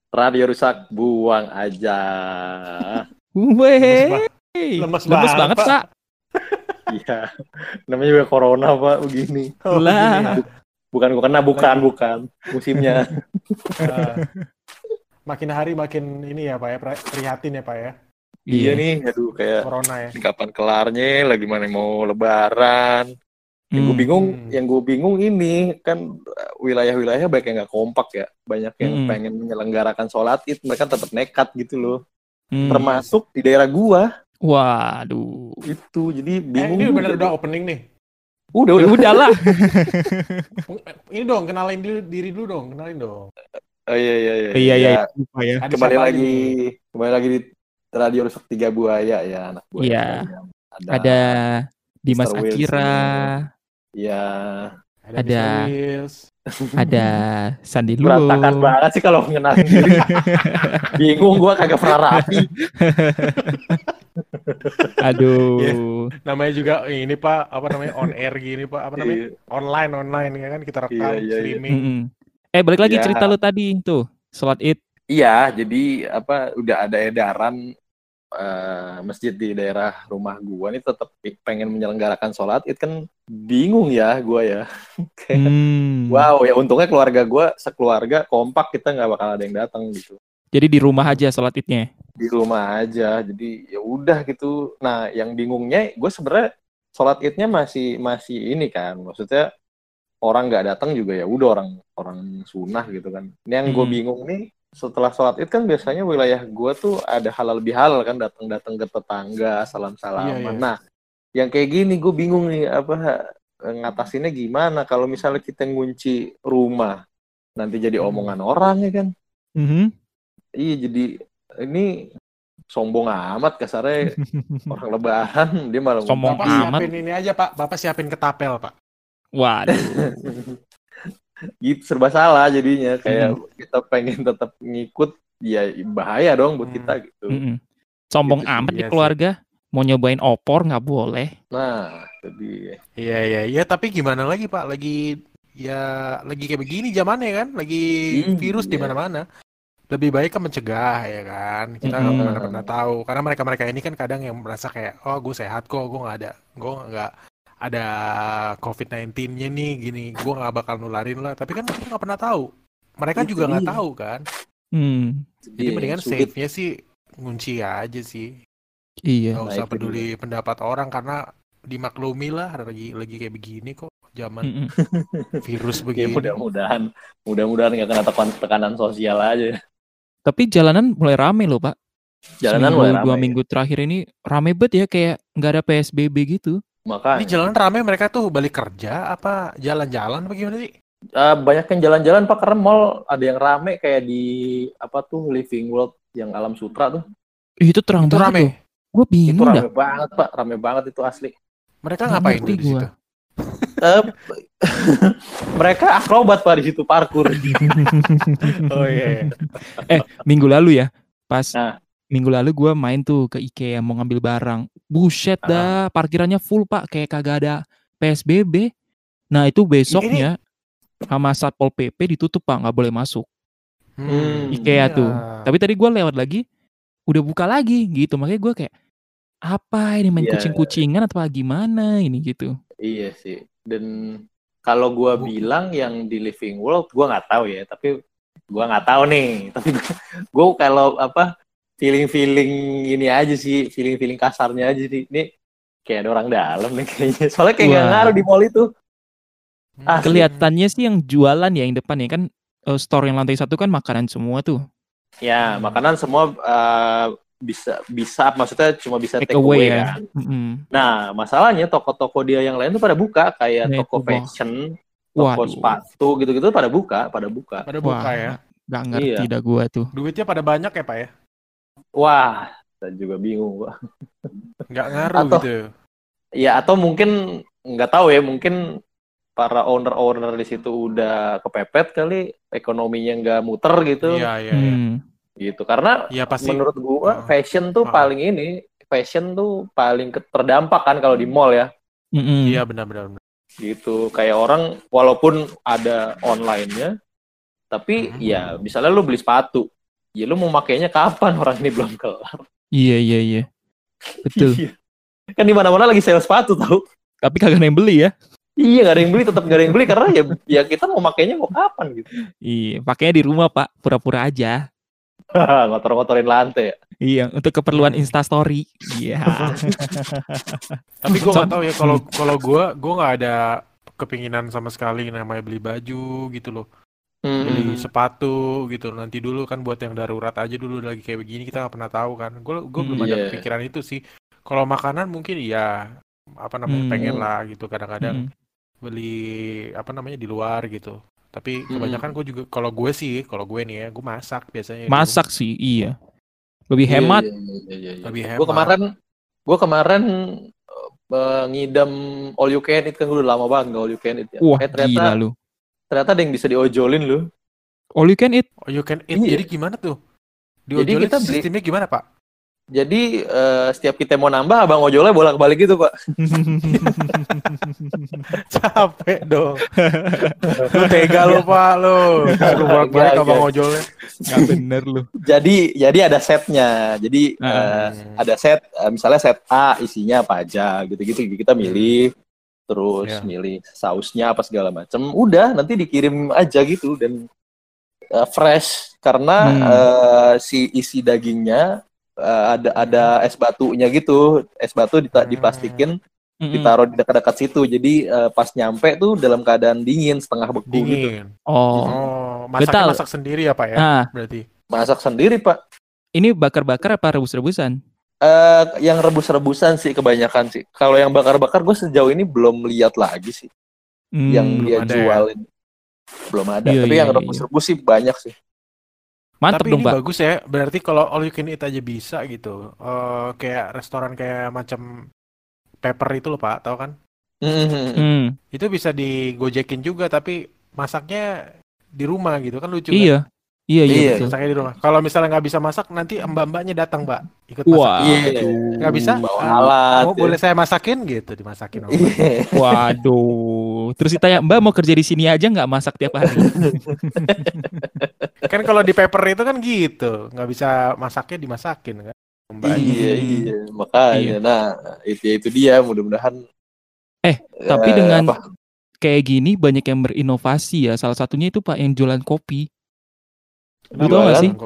Radio rusak, buang aja. Weh, Lemes lemes banget, Pak. Pak. Iya, namanya juga corona Pak, begini. Oh, Lah. begini ya. Bukan musimnya. Makin hari makin ini ya Pak ya, prihatin ya Pak ya. Iya nih, aduh kayak Corona ya. kapan kelarnya, lagi mana mau lebaran. Yang gue bingung ini kan wilayah-wilayah banyak yang nggak kompak ya, banyak yang pengen menyelenggarakan sholat Id, mereka tetap nekat gitu loh. Termasuk di daerah gua. Waduh. Itu jadi bingung. Ini benar udah opening nih. Udah lah. Ini dong, kenalin diri dulu dong, kenalin dong. Oh iya. Iya. Kembali lagi di Radio Rusak 3 Buaya ya, anak buaya. Iya. Ada Dimas Mr. Wills Akira. Iya. Ada Mr. Wills. Ada Sandi Luo. Berantakan banget sih kalau ngenalin diri. Bingung gua kagak pernah rapi. Aduh. Yeah. Namanya juga ini Pak, apa namanya on air gini Pak, apa namanya? Online ya kan kita rekam streaming. Balik lagi cerita lu tadi tuh, sholat Id. Iya, jadi udah ada edaran masjid di daerah rumah gua nih tetap pengen menyelenggarakan sholat Id, kan bingung ya gua ya. Wow, ya untungnya keluarga gua sekeluarga kompak, kita nggak bakal ada yang datang gitu. Jadi di rumah aja sholat Idnya? Di rumah aja, jadi ya udah gitu. Nah, yang bingungnya gue sebenarnya sholat Idnya masih ini kan, maksudnya orang nggak datang juga ya udah orang sunnah gitu kan. Ini yang gue bingung nih, setelah sholat Id kan biasanya wilayah gue tuh ada halal bihalal kan, datang ke tetangga, salam-salaman. Nah, yang kayak gini gue bingung nih, ngatasinnya gimana kalau misalnya kita ngunci rumah, nanti jadi omongan orang ya kan. Iya, jadi ini sombong amat kasarnya. Orang lebaran dia malah sombong Bapak amat. Siapin ini aja Pak, Bapak siapin ketapel Pak. Waduh. Gitu, serba salah jadinya, kayak kita pengen tetap ngikut, ya bahaya dong buat kita gitu. Sombong gitu amat di keluarga, mau nyobain opor nggak boleh. Nah, jadi iya, tapi gimana lagi Pak, lagi kayak begini zamannya kan, lagi virus di mana-mana. Lebih baik kan mencegah ya kan, kita nggak pernah tahu, karena mereka ini kan kadang yang merasa kayak gue sehat kok, gue nggak ada COVID-19-nya nih gini, gue nggak bakal nularin lah, tapi kan kita nggak pernah tahu, mereka juga nggak tahu kan. Jadi mendingan safe-nya sih ngunci aja sih. Iya. Nggak usah peduli pendapat orang, karena dimaklumi lah lagi kayak begini kok zaman virus begini. Ya, mudah-mudahan nggak kena tekanan sosial aja. Tapi jalanan mulai rame loh Pak. Jalanan mulai rame. 2 minggu terakhir ini rame banget ya, kayak nggak ada PSBB gitu. Makanya. Ini jalan rame, mereka tuh balik kerja apa jalan-jalan apa gimana sih? Banyak yang jalan-jalan Pak, karena mall ada yang rame kayak di Living World yang Alam Sutra tuh. Itu terang banget rame. Gue bingung dah. Itu rame banget Pak, rame banget itu asli. Mereka ngapain tuh di situ? Mereka akrobat Pak di situ, parkur. Oh iya. Minggu lalu ya, pas minggu lalu gue main tuh ke IKEA mau ngambil barang. Buset dah, parkirannya full Pak, kayak kagak ada PSBB. Nah itu besoknya sama Satpol PP ditutup Pak, nggak boleh masuk. IKEA tuh. Tapi tadi gue lewat lagi, udah buka lagi gitu. Makanya gue kayak, apa ini main kucing-kucingan atau gimana ini gitu. Iya sih. Dan kalau gue bilang yang di Living World, gue nggak tahu ya. Tapi gue nggak tahu nih. Tapi gue kalau feeling ini aja sih, feeling kasarnya aja sih. Ini kayak ada orang dalam nih kayaknya. Soalnya kayak nggak ngaruh di mall itu. Kelihatannya sih yang jualan ya yang depan ya kan, store yang lantai 1 kan makanan semua tuh. Ya, makanan semua bisa maksudnya cuma bisa take away ya. Kan. Nah, masalahnya toko-toko dia yang lain tuh pada buka, kayak toko fashion, toko sepatu gitu-gitu pada buka. Pada buka ya. Gak ngerti dah gua tuh. Duitnya pada banyak ya, Pak ya? Wah, saya juga bingung, Pak. Nggak ngaruh gitu. Ya, atau mungkin nggak tahu ya, mungkin para owner di situ udah kepepet kali, ekonominya nggak muter gitu. Iya. Gitu, karena menurut gua fashion tuh fashion tuh paling terdampak kan kalau di mall ya. Iya benar. Gitu, kayak orang walaupun ada online-nya, tapi ya misalnya lu beli sepatu Ya lu mau makainya kapan, orang ini belum kelar. Iya. Betul. Iya. Kan di mana-mana lagi sales sepatu tahu. Tapi kagak ada yang beli ya. Iya, gak ada yang beli, tetap gak ada yang beli karena ya kita mau makainya mau kapan gitu. Iya, pakainya di rumah Pak, pura-pura aja. Ngotor-ngotorin lantai ya. Iya, untuk keperluan Instastory. Iya. Tapi gue nggak tahu ya kalau gue nggak ada kepinginan sama sekali namanya beli baju gitu loh. Beli sepatu gitu. Nanti dulu kan buat yang darurat aja dulu lagi kayak begini kita nggak pernah tahu kan. Gue belum ada pikiran itu sih. Kalau makanan mungkin iya pengen lah gitu kadang-kadang beli di luar gitu. Tapi kebanyakan gue juga kalau gue nih ya gue masak biasanya. Masak sih iya. Lebih hemat. Iya. Lebih hemat. Gue kemarin ngidam all you can eat kan gue udah lama banget nggak all you can eat ya. Wah gila lu. Ternyata ada yang bisa diojolin lu. All you can eat. All you can eat. Jadi gimana tuh? Diojolin kita sistemnya gimana Pak? Jadi setiap kita mau nambah abang ojolnya bolak-balik gitu Pak. Capek dong. Lu tega lu Pak lu. Lu bolak-balik abang ojolnya. Nggak bener lu. Jadi ada setnya. Jadi ada set, misalnya set A isinya apa aja gitu-gitu kita milih. Terus milih sausnya apa segala macam. Udah nanti dikirim aja gitu dan fresh karena si isi dagingnya ada es batunya gitu, es batu diplastikin, ditaruh di dekat-dekat situ, jadi pas nyampe tuh dalam keadaan dingin, setengah beku gitu. Masak sendiri ya Pak ya? Berarti masak sendiri Pak. Ini bakar-bakar apa rebus-rebusan? Yang rebus-rebusan sih kebanyakan sih. Kalau yang bakar-bakar gue sejauh ini belum lihat lagi sih, yang dia jualin belum ada. Tapi yang rebus-rebus sih banyak sih. Mantep tapi dong, ini Pak. Bagus ya, berarti kalau all you can eat aja bisa gitu. Kayak restoran kayak macam Pepper itu loh Pak, tahu kan? Itu bisa digojekin juga, tapi masaknya di rumah gitu kan lucu kan? Iya. Masaknya di rumah. Kalau misalnya nggak bisa masak, nanti mbak-mbaknya datang Mbak, ikut masak. Nggak bisa? Mau boleh saya masakin gitu, dimasakin. Waduh. Terus ditanya, Mbak mau kerja di sini aja nggak masak tiap hari? Kan kalau di Pepper itu kan gitu, nggak bisa masaknya dimasakin kan? Iya, makanya. Nah, itu dia. Mudah-mudahan. Tapi dengan kayak gini banyak yang berinovasi ya. Salah satunya itu Pak yang jualan kopi. Lu tau gak sih?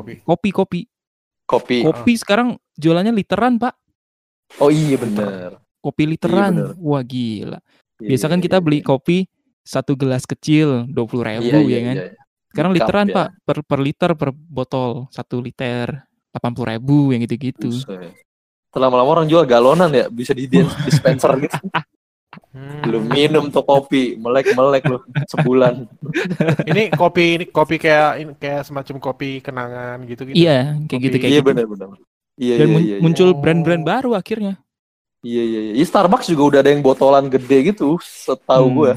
Kopi sekarang jualannya literan Pak. Oh iya benar. Kopi literan. Iya, wah gila. Biasa kan kita beli kopi 1 gelas kecil 20.000 ya kan. Sekarang literan ya. Pak per liter per botol 1 liter 80.000 yang gitu-gitu. Lama-lama orang jual galonan ya, bisa di dispenser gitu. Belum minum tuh kopi, melek loh sebulan. Ini kopi kayak semacam kopi kenangan gitu. Iya, kayak gitu. Iya benar. Iya. Dan muncul brand-brand baru akhirnya. Iya. Starbucks juga udah ada yang botolan gede gitu, setahu gue.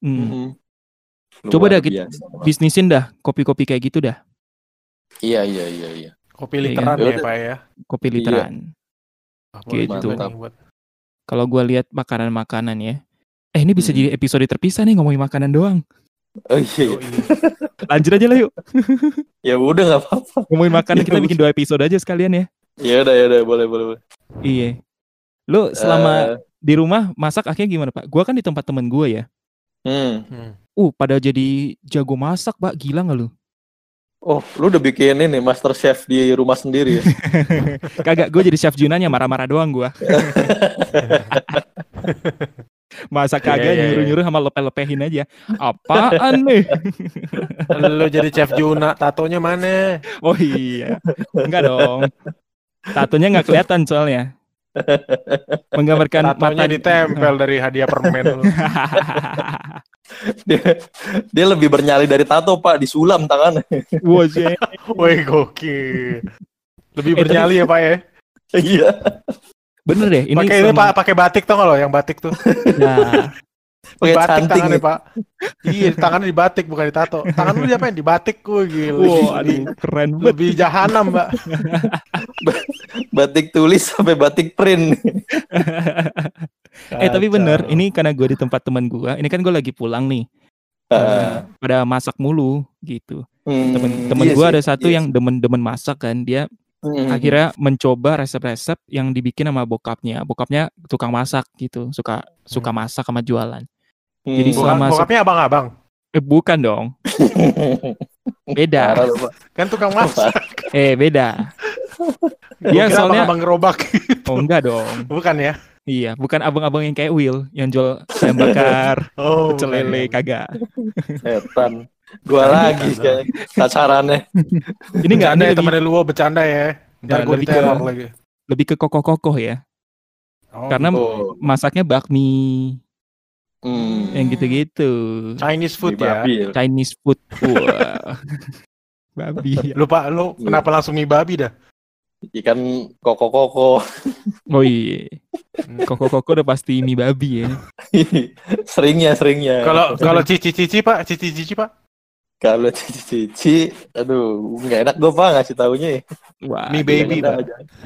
Coba dah bisnisin dah kopi-kopi kayak gitu dah. Iya. Kopi literan ya Pak ya. Kopi literan. Gitu. Kalau gue lihat makanan-makanan ya. Ini bisa jadi episode terpisah nih ngomongin makanan doang. Oh iya. Lanjut aja lah yuk. Ya udah nggak apa-apa. Ngomongin makanan kita bikin 2 episode aja sekalian ya. Ya udah boleh. Iya. Lu selama di rumah masak akhirnya gimana Pak? Gua kan di tempat temen gue ya. Pada jadi jago masak Pak, gila nggak lu? Oh, lu udah bikin ini master chef di rumah sendiri ya? Kagak, gue jadi chef Junanya marah-marah doang gue. Masak kagak nyuruh-nyuruh sama lepeh-lepehin aja. Apaan nih? Lu jadi chef Juna, tatonya mana? Oh iya, enggak dong. Tatonya nggak kelihatan soalnya. Menggambarkan tatonya mata ditempel dari hadiah permen. Dia lebih bernyali dari tato Pak, disulam tangannya. Woi gokil. Lebih bernyali ya Pak ya? Iya. Bener deh. Ini pakai ini Pak, pakai batik tau nggak lo yang batik tuh? Nah. Pakai batik tangannya Pak. Iya, tangannya dibatik bukan ditato. Tangan lu diapain? Dibatik gue gila. Keren banget. Lebih jahanam Mbak. Batik tulis sampai batik print. Tapi bener, ini karena gue di tempat teman gue. Ini kan gue lagi pulang nih. pada masak mulu gitu. Temen gue ada satu yang demen masak kan, dia akhirnya mencoba resep-resep yang dibikin sama bokapnya. Bokapnya tukang masak gitu, suka masak sama jualan. Jadi selama bokapnya abang-abang. Bukan dong. Beda. Kan tukang masak. Beda. Dia soalnya abang gerobak. Gitu. Oh enggak dong. Bukan ya? Iya, bukan abang-abang yang kayak Will yang jual ayam bakar, pecel lele, kagak. Setan. Gua lagi kayak sasarannya. Ini enggak ada teman lu bercanda ya. Ntar gue diteror lagi. Lebih ke kokoh-kokoh ya. Karena masaknya bakmi. Yang gitu-gitu. Chinese food ya. Chinese food. Wah. Babi. Lupa lu kenapa langsung mie babi dah? Ikan koko. Oh iya. Koko udah pasti mie babi ya. seringnya. Kalau cici Pak. Kalau cici, aduh, nggak enak gue Pak ngasih taunya. Wah, mie baby Pak.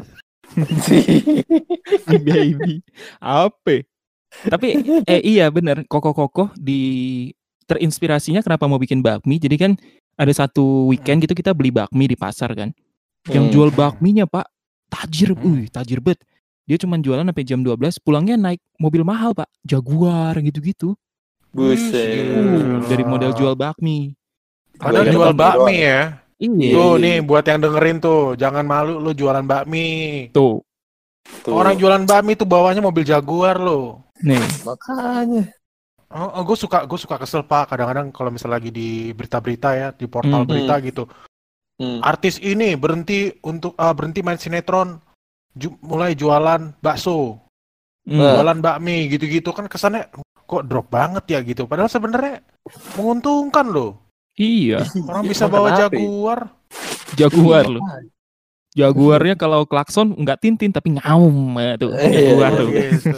Mie baby. Apa? Tapi iya bener, koko terinspirasinya kenapa mau bikin bakmi. Jadi kan ada satu weekend gitu kita beli bakmi di pasar kan. Yang jual bakminya Pak tajir bet. Dia cuma jualan sampai jam 12, pulangnya naik mobil mahal Pak, Jaguar gitu-gitu. Buset. Dari model jual bakmi. Padahal jual bakmi ya. Iya. Tuh nih buat yang dengerin tuh, jangan malu lu jualan bakmi. Tuh. Orang jualan bakmi tuh bawahnya mobil Jaguar lo. Nih. Makanya. Gue suka kesel Pak, kadang-kadang kalau misalnya lagi di berita-berita ya, di portal berita gitu. Artis ini berhenti main sinetron, mulai jualan bakso, jualan bakmi gitu-gitu kan kesannya kok drop banget ya gitu. Padahal sebenarnya menguntungkan loh. Iya. Orang bisa bawa Jaguar loh. Jaguarnya kalau klakson nggak tintin tapi ngaum tuh. Jaguar tuh. Gitu.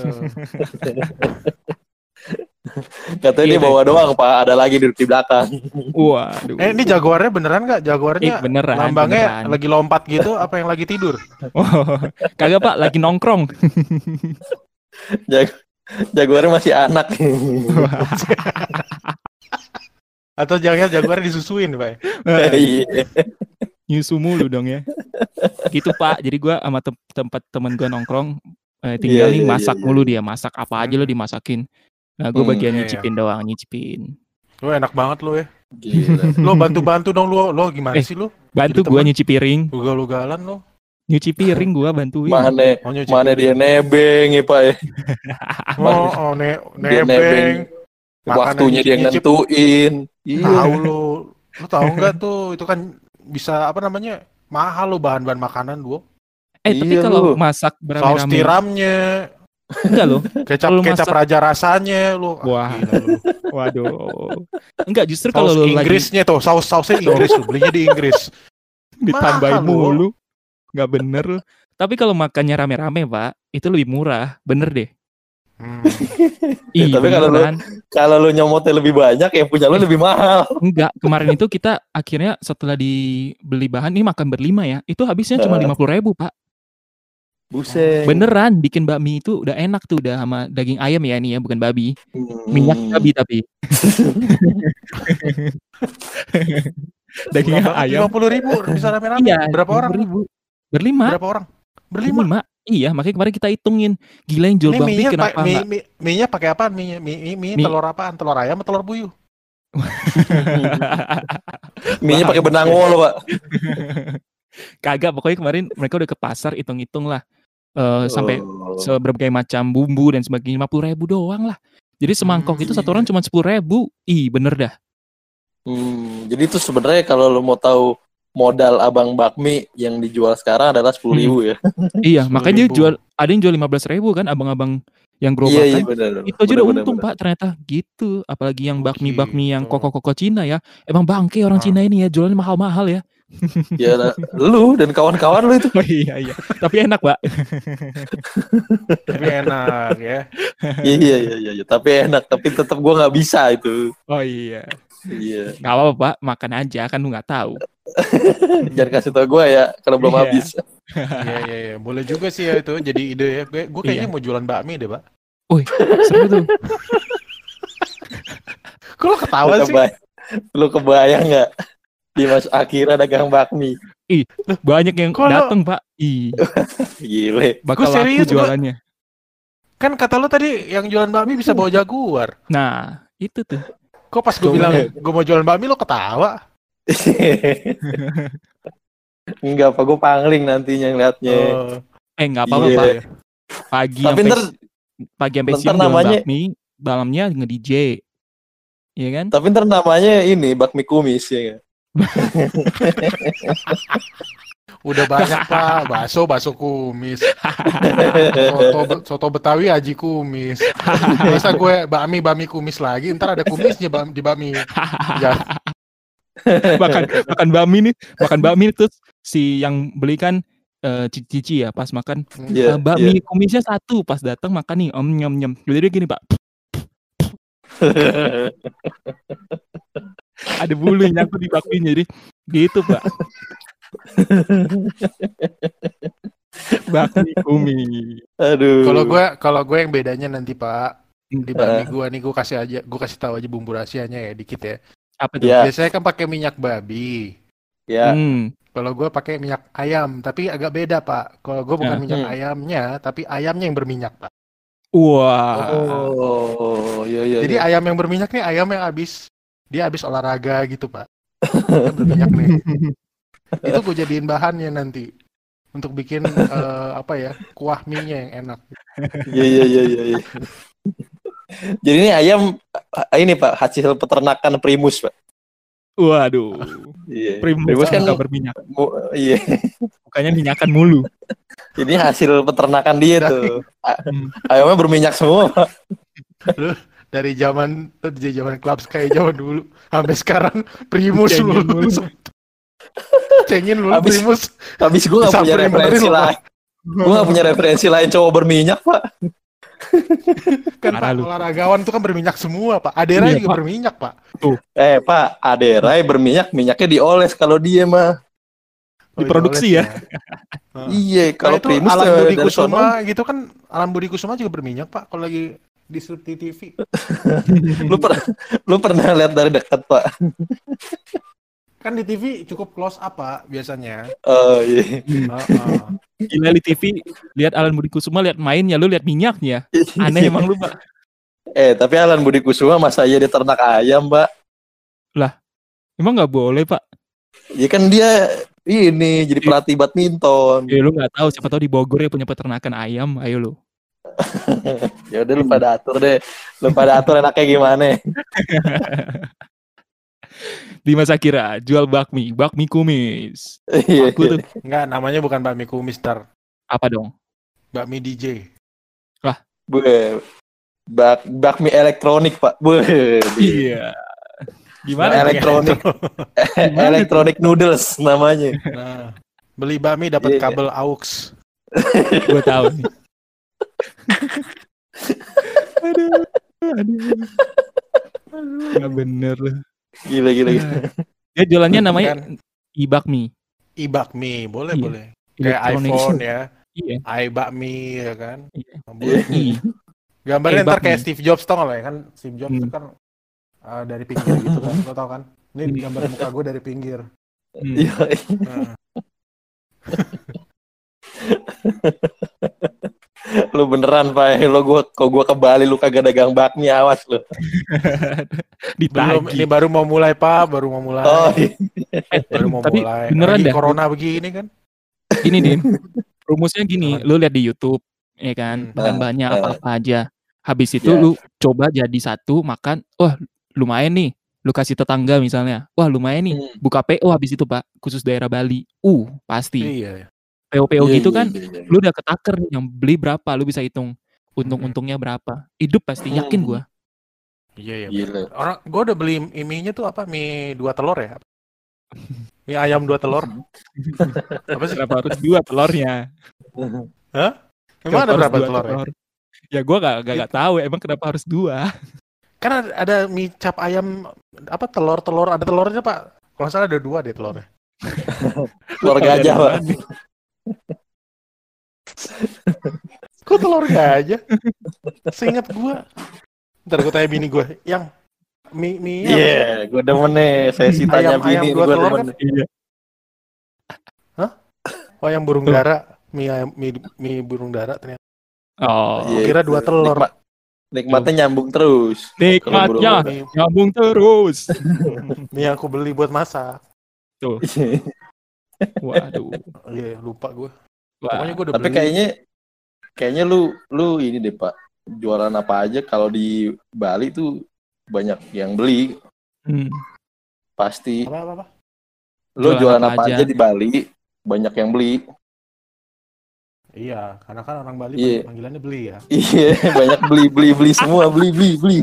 Katanya dia bawa doang Pak, ada lagi duduk di belakang. Waduh. Ini Jaguarnya beneran nggak? Jaguarnya beneran, lambangnya lagi lompat gitu, apa yang lagi tidur? Kagak Pak, lagi nongkrong. Jaguarnya masih anak. Atau jangan Jaguarnya disusuin Pak? Iya. Nyusu mulu dong ya. Gitu Pak, jadi gue sama tempat temen gue nongkrong, tinggal nih masak mulu dia, masak apa aja lo dimasakin. Nah, gue bagian nyicipin doang, nyicipin. Lo enak banget lo ya. Gila. Lo bantu-bantu dong lo gimana sih lo? Bantu gue nyuci piring. Ugal-ugalan lo. Nyuci piring gue bantuin. Mana dia nebeng ya Pak ya. Nebeng. Waktunya dia nentuin. Tahu lo tahu nggak tuh itu kan bisa apa namanya mahal lo bahan-bahan makanan lo. Tapi kalau masak berame-rame. Saus tiramnya. Enggak loh. Kecap raja rasanya lu. Wah. Waduh. Enggak, justru kalau lu Inggrisnya lagi... tuh, sausnya Inggris lu, belinya di Inggris. Ditambahin mulu. Enggak bener lu. Tapi kalau makannya rame-rame, Pak, itu lebih murah, bener deh. Tapi kalau lu nyomotnya lebih banyak, yang punya lu lebih mahal. Enggak, kemarin itu kita akhirnya setelah dibeli bahan, ini makan berlima ya, itu habisnya cuma 50.000 Pak. Buset. Beneran bikin bakmi itu udah enak tuh, udah sama daging ayam ya ini ya, bukan babi. Minyak babi tapi. Daging ayam. 50.000 bisa rame-rame. Iya, berapa orang? Berlima. Berapa orang? Berlima. Iya, makanya kemarin kita hitungin. Gila yang jual bakmi kenapa enggak? Mie-nya pakai apa? Mie telur apaan? Telur ayam atau telur puyuh? Mie-nya pakai benang wol, Pak. Kagak, pokoknya kemarin mereka udah ke pasar hitung-hitung lah. Sampai seberbagai macam bumbu dan sebagainya, 50.000 doang lah. Jadi semangkok itu satu orang cuma 10.000. Ih, bener dah. Jadi itu sebenarnya kalau lo mau tahu modal abang bakmi yang dijual sekarang adalah 10.000 ya. Iya, makanya dia jual, ada yang jual 15.000 kan, abang-abang yang gerobakan. Iya, bener. Itu aja udah untung Pak ternyata gitu. Apalagi yang bakmi-bakmi yang koko-koko Cina ya. Emang bangke orang Cina ini ya, jualnya mahal-mahal ya. Ya lu dan kawan-kawan lu itu. Oh, iya. Tapi enak, Pak. Tapi enak ya. Iya. Tapi enak. Tapi tetap gue nggak bisa itu. Oh iya. Iya. Gak apa-apa Pak, makan aja kan lu nggak tahu. Jangan kasih tau gue ya kalau belum habis. Iya. Boleh juga sih ya itu jadi ide ya. Gue kayaknya mau jualan bakmi deh Pak. Wih, seru tuh. Kok lo ketawa sih? Lu kebayang nggak? Dimas Akira dagang bakmi. Ih, banyak yang datang, Pak. Ih. Gile. Bakal laku jualannya. Kan kata lo tadi yang jualan bakmi bisa bawa Jaguar. Nah, itu tuh. Kok pas gue bilang gue mau jualan bakmi lo ketawa? Enggak, Pak, gue pangling nantinya ngeliatnya. Enggak apa-apa, Pak. Pagi sampai siang jualan bakmi, malamnya nge-DJ. Iya kan? Tapi ntar namanya ini bakmi kumis ya. Udah banyak, Pak. Bakso kumis. Soto Betawi Haji kumis. Masa gue bakmi kumis lagi, ntar ada kumisnya di bakmi. Ya. makan bakmi terus si yang beli kan cici ya pas makan bakmi kumisnya satu, pas datang makan nih nyem. Jadi gini, Pak. Ada bulu yang nyangkut di bakminya, jadi gitu, Pak. Bakmi kumis. Aduh. Kalau gue yang bedanya nanti, Pak, di bakmi gue nih gue kasih tahu aja bumbu rahasianya ya dikit ya. Apa tuh? Biasanya kan pakai minyak babi. Ya. Kalau gue pakai minyak ayam, tapi agak beda, Pak. Kalau gue bukan minyak ayamnya, tapi ayamnya yang berminyak, Pak. Wah. Iya. Jadi ayam yang berminyak nih ayam yang habis olahraga gitu, Pak. Dia berminyak nih. Itu gue jadiin bahannya nanti untuk bikin kuah mie-nya yang enak. Iya. Jadi ini ayam ini, Pak, hasil peternakan Primus, Pak. Waduh. Iya. Primus kan nggak berminyak. Iya. Bukannya minyakan mulu. Ini hasil peternakan dia tuh. Ayamnya berminyak semua, Pak. Dari zaman Club Sky zaman dulu sampai sekarang Primus lu. Cengin lu Primus. Habis gue nggak punya referensi lain. Gue nggak punya referensi lain cowok berminyak, Pak. Kan Pak, olahragawan itu kan berminyak semua, Pak. Aderai juga berminyak, Pak. Tuh. Pak, Aderai berminyak, minyaknya dioles kalau dia mah. Diproduksi ya. Iya, kalau Primus Alan Budi Kusuma gitu kan, Alan Budi Kusuma juga berminyak, Pak, kalau lagi di TV. Lu pernah lihat dari dekat, Pak? Kan di TV cukup close up, Pak, biasanya. Oh iya. Gila di TV lihat Alan Budi Kusuma lihat mainnya, lu lihat minyaknya. Aneh emang lu, Pak. Tapi Alan Budi Kusuma masa iya dia ternak ayam, Pak? Lah, emang nggak boleh, Pak? Ya kan dia ini jadi pelatih badminton. Ya lu nggak tahu, siapa tahu di Bogor ya punya peternakan ayam, ayo lu. Ya udah lu pada atur deh. Lu pada atur enaknya gimana? Dimas Akira jual bakmi kumis. Aku tuh. Enggak, namanya bukan bakmi kumis, Tar. Apa dong? Bakmi DJ. Lah, bakmi elektronik, Pak. Iya. Gimana? Elektronik noodles namanya. Nah, beli bakmi dapat kabel aux. Gue tahu nih. Aduh. Nggak bener loh. Gila. Dia jualannya namanya iBakmi. iBakmi, boleh. Kayak iPhone ya. Iya. iBakmi ya kan. Iya. Gambarnya ntar kayak Steve Jobs, tau nggak ya kan? Steve Jobs itu kan dari pinggir gitu kan, lo tau kan? Ini gambar muka gue dari pinggir. Iya. Lu beneran, Pak, kok gua ke Bali lu kagak dagang bakmi, awas lu. Belum, ini baru mau mulai, Pak, baru mau mulai. Oh, iya. Baru mau tapi mulai. Beneran dah. Corona begini kan. Gini, Din. Rumusnya gini, lu lihat di YouTube, ya kan, bahan-bahannya apa-apa aja. Habis itu lu coba jadi satu, makan, wah lumayan nih. Lu kasih tetangga misalnya, wah lumayan nih. Buka PO habis itu, Pak, khusus daerah Bali. Pasti. Iya. PO gitu kan, lu udah ketaker yang beli berapa, lu bisa hitung untung-untungnya berapa. Hidup pasti, yakin gua. Iya. Orang gua udah beli mie-nya tuh apa? Mie 2 telur ya? Mie ayam 2 telur. Apa sih? Kenapa harus 2 telurnya? Hah? Emang ada berapa telur? Ya gua gak tahu emang kenapa harus 2. Kan ada mie cap ayam apa telur ada telurnya, Pak. Kalau salah ada 2 deh telurnya. Telur gajah, Pak. Kok telur gajah? Seingat gue. Ntar gue tanya bini gue, yang mie Iya, gue demen nih sesi tanya bini ayam 2 gue telur demen. kan? Iya. Hah? Oh, ayam burung dara, mie burung dara ternyata. Oh, Gua kira 2 telur. Nikmatnya nyambung terus. Nikmatnya nyambung terus. Iya. Mie aku beli buat masak. Tuh. Waduh. Iya, lupa gue. Wah. Pokoknya gue udah Tapi beli. kayaknya lu ini deh Pak, jualan apa aja kalau di Bali tuh banyak yang beli. Pasti. Apa? Lu jualan apa aja di Bali banyak yang beli. Iya, karena kan orang Bali panggilannya beli ya. Iya, banyak beli semua, beli. Beli.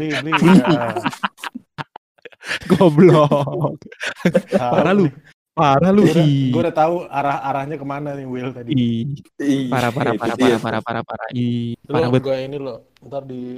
Goblok. Parah lu. Gue udah tahu arahnya kemana nih Will tadi. Parah. Parah banget. Gue ini lo, ntar di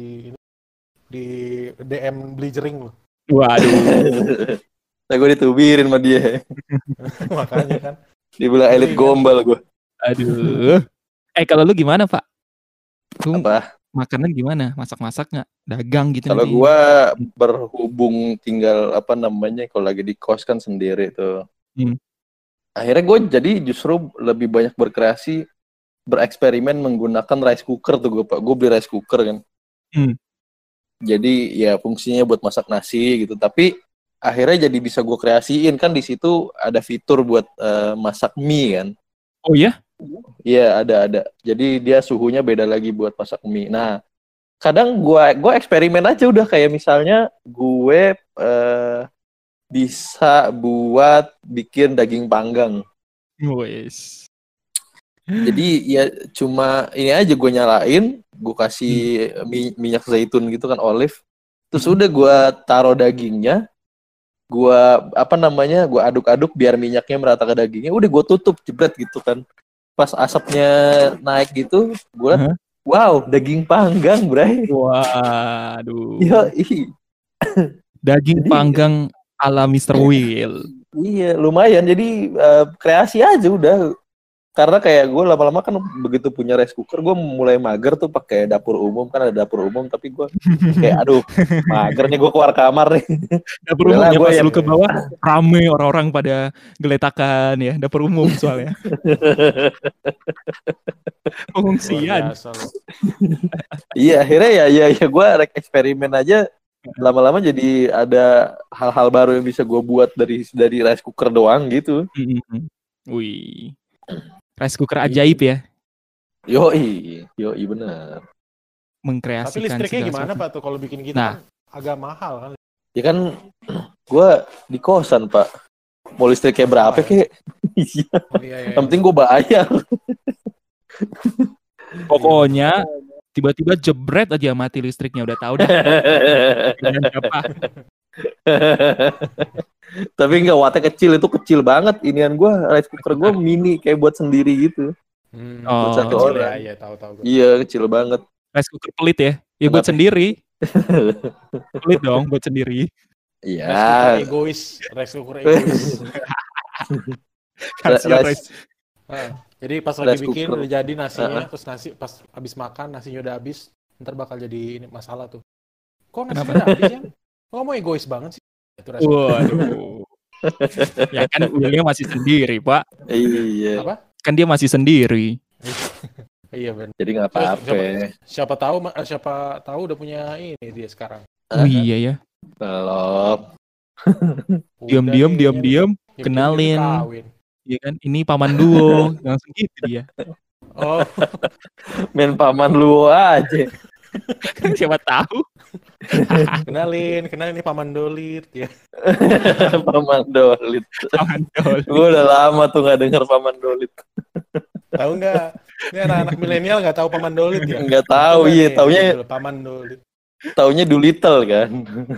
DM beli jering lo. Waduh. Nah, gue ditubirin sama dia. Makanya kan. Dibilang elit gombal gue. Aduh. Kalau lu gimana, Pak? Lu apa? Makanan gimana? Masak-masak nggak? Dagang gitu? Kalau gue berhubung tinggal kalau lagi di kos kan sendiri tuh. Akhirnya gue jadi justru lebih banyak berkreasi, bereksperimen menggunakan rice cooker tuh gue Pak. Gue beli rice cooker kan. Jadi ya fungsinya buat masak nasi gitu. Tapi akhirnya jadi bisa gue kreasiin kan, di situ ada fitur buat masak mie kan. Oh ya? Iya ada. Jadi dia suhunya beda lagi buat masak mie. Nah, kadang gue eksperimen aja udah, kayak misalnya gue bisa buat bikin daging panggang. Wes. Jadi ya cuma ini aja gue nyalain, gue kasih minyak zaitun gitu kan, olive. Terus udah gue taruh dagingnya, gue gue aduk-aduk biar minyaknya merata ke dagingnya. Udah gue tutup jebret gitu kan. Pas asapnya naik gitu, gue liat, wow, daging panggang, bray. Waduh. Jadi, daging panggang ala Mr. Will. Iya, lumayan. Jadi kreasi aja udah. Karena kayak gue lama-lama kan begitu punya rice cooker, gue mulai mager tuh pakai dapur umum, kan ada dapur umum, tapi gue kayak aduh mager nih, gue keluar kamar nih. Dapur umumnya pas lu ke bawah rame orang-orang pada geletakan ya, dapur umum soalnya. Pengungsian. Iya, akhirnya ya gue eksperimen aja, lama-lama jadi ada hal-hal baru yang bisa gue buat dari rice cooker doang gitu. Wih. Rice cooker ajaib ya. Yoi benar. Mengkreasikan. Tapi listriknya gimana Pak tuh kalau bikin gitu? Kan agak mahal kan? Ya kan gue di kosan Pak. Mau listriknya berapa kek? Yang penting gue bayar. Pokoknya tiba-tiba jebret aja mati listriknya, udah tahu dah. Tapi enggak, wattnya kecil banget. Inian gue, rice cooker gue mini kayak buat sendiri gitu. Buat satu orang. Tahu. Iya, kecil banget. Rice cooker pelit ya? Ya buat sendiri. Pelit dong buat sendiri. Iya. Rice cooker egois. Jadi pas lagi bikin udah jadi nasinya, terus nasi pas habis makan nasinya udah habis, ntar bakal jadi ini masalah tuh. Kok nasinya udah habis ya? Kok mau egois banget sih? Waduh. Ya kan Willnya masih sendiri Pak. Iya. Apa? Kan dia masih sendiri. Iya benar. Jadi nggak apa-apa. Siapa tahu udah punya ini dia sekarang. Oh iya ya. Belum. Diam, kenalin. Iya kan, ini paman duo, langsung gitu dia. Oh, main paman lu aja. Siapa tahu. kenalin ini paman Dolit ya. Paman Dolit. Gue udah lama tuh nggak denger paman Dolit. Tahu nggak? Ini anak milenial nggak tahu paman Dolit ya? Nggak tahu, iya. Taunya paman Dolit. Taunya Doolittle kan.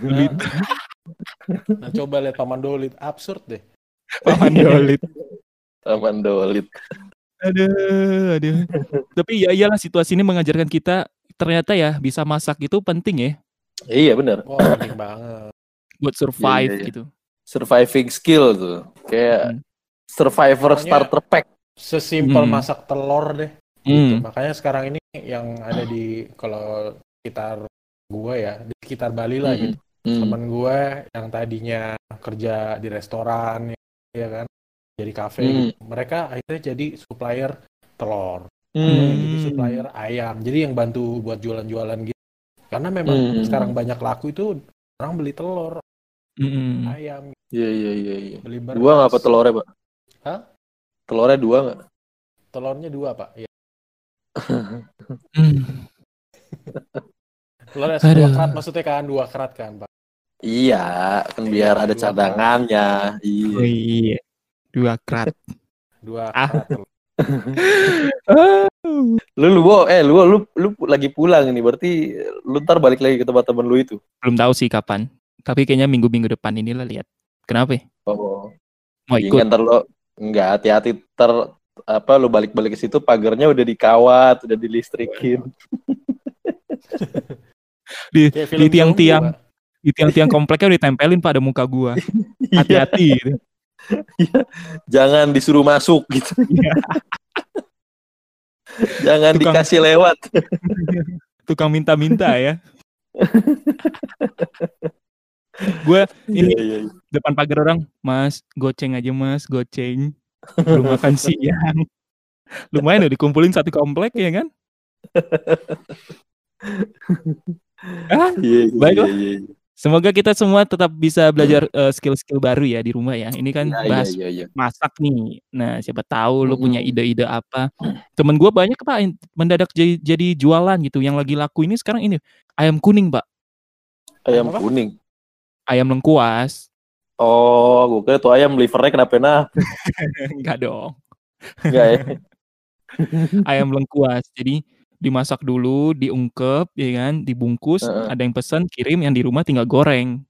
Nah coba lihat paman Dolit, absurd deh. Paman Dolit. Aduh. Tapi ya iyalah, situasi ini mengajarkan kita ternyata ya bisa masak itu penting ya. Iya benar. Wah, penting banget. Buat survive gitu. Surviving skill tuh. Kayak Survivor Starter Pack. Sesimpel masak telur deh. Gitu. Makanya sekarang ini yang ada di kalau sekitar gua ya, di sekitar Bali lah gitu. Temen gue yang tadinya kerja di restoran, ya kan, jadi kafe, gitu. Mereka akhirnya jadi supplier telur, jadi supplier ayam, jadi yang bantu buat jualan-jualan gitu. Karena memang sekarang banyak laku itu orang beli telur, ayam. Iya. Beli beras. 2 nggak apa telurnya, Pak? Hah? Telurnya 2 nggak? Telurnya 2, Pak. Ya. Telurnya 2 kerat maksudnya kan, 2 kerat kan, Pak? Iya, kan biar ada cadangannya. Iya. Oh iya, 2 kerat. 2 kerat telur. Lu lagi pulang ini, berarti lu ntar balik lagi ke tempat temen lu itu. Belum tahu sih kapan, tapi kayaknya minggu-minggu depan inilah lihat. Kenapa? Oh, mau ikut? Ntar lo nggak hati-hati, lu balik-balik ke situ pagarnya udah dikawat, udah dilistrikin. di tiang-tiang di tiang-tiang kompleknya udah ditempelin Pak, ada muka gua. Hati-hati gitu. Jangan disuruh masuk gitu. Jangan dikasih lewat. Tukang minta-minta ya. Gue ini depan pagar orang, Mas, goceng aja Mas, goceng. Belum makan siang. Lumayan udah dikumpulin satu komplek ya kan? Baiklah. Semoga kita semua tetap bisa belajar skill-skill baru ya di rumah ya. Ini kan bahas masak nih. Nah, siapa tahu lu punya ide-ide apa. Temen gue banyak Pak mendadak jadi jualan gitu. Yang lagi laku ini sekarang ini ayam kuning, Pak. Ayam kuning? Ayam lengkuas. Oh, gue kira tuh ayam livernya kenapa-napa. Enggak dong. Enggak ya? Ayam lengkuas. Jadi dimasak dulu, diungkep, ya kan, dibungkus. Ada yang pesan, kirim, yang di rumah tinggal goreng.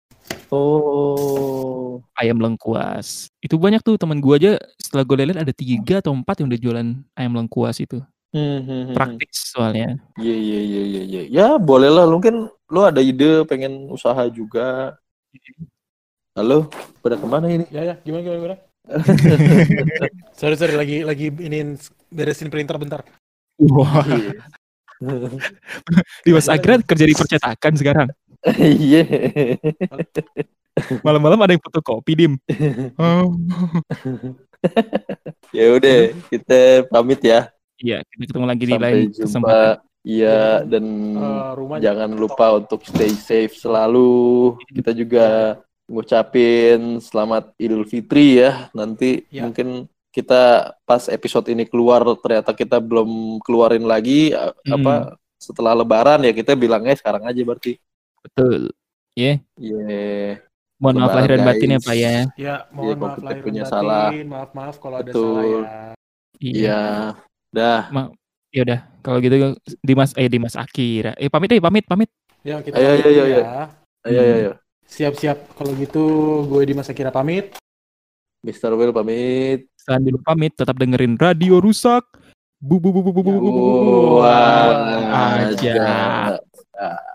Oh. Ayam lengkuas. Itu banyak tuh teman gue aja. Setelah gue lihat ada 3 atau 4 yang udah jualan ayam lengkuas itu. Praktis soalnya. Iya. Ya boleh lah. Mungkin lo ada ide pengen usaha juga. Halo, pada kemana ini? Ya, gimana? sorry, lagi ini beresin printer bentar. Wah. Dimas Agra kerja di percetakan sekarang. Iya. Malam-malam ada yang fotokopi, Dim. Ya udah, kita pamit ya. Iya, kita ketemu lagi di lain kesempatan. Iya, dan jangan lupa untuk stay safe selalu. Kita juga ngucapin selamat Idul Fitri ya. Nanti mungkin kita pas episode ini keluar ternyata kita belum keluarin lagi setelah Lebaran ya, kita bilangnya sekarang aja berarti. Betul. Iya. Mohon maaf lahir dan batin ya Pak ya. Ya, mohon maaf lahir dan batin. Maaf kalau ada salah ya. Iya. Dah. Ya udah, kalau gitu Dimas Akira. Pamit. Ya, kita pamit ya. Ayo. Siap. Kalau gitu gue Dimas Akira pamit. Mr. Will pamit. Sandi pamit, tetap dengerin Radio Rusak. Wah, aja.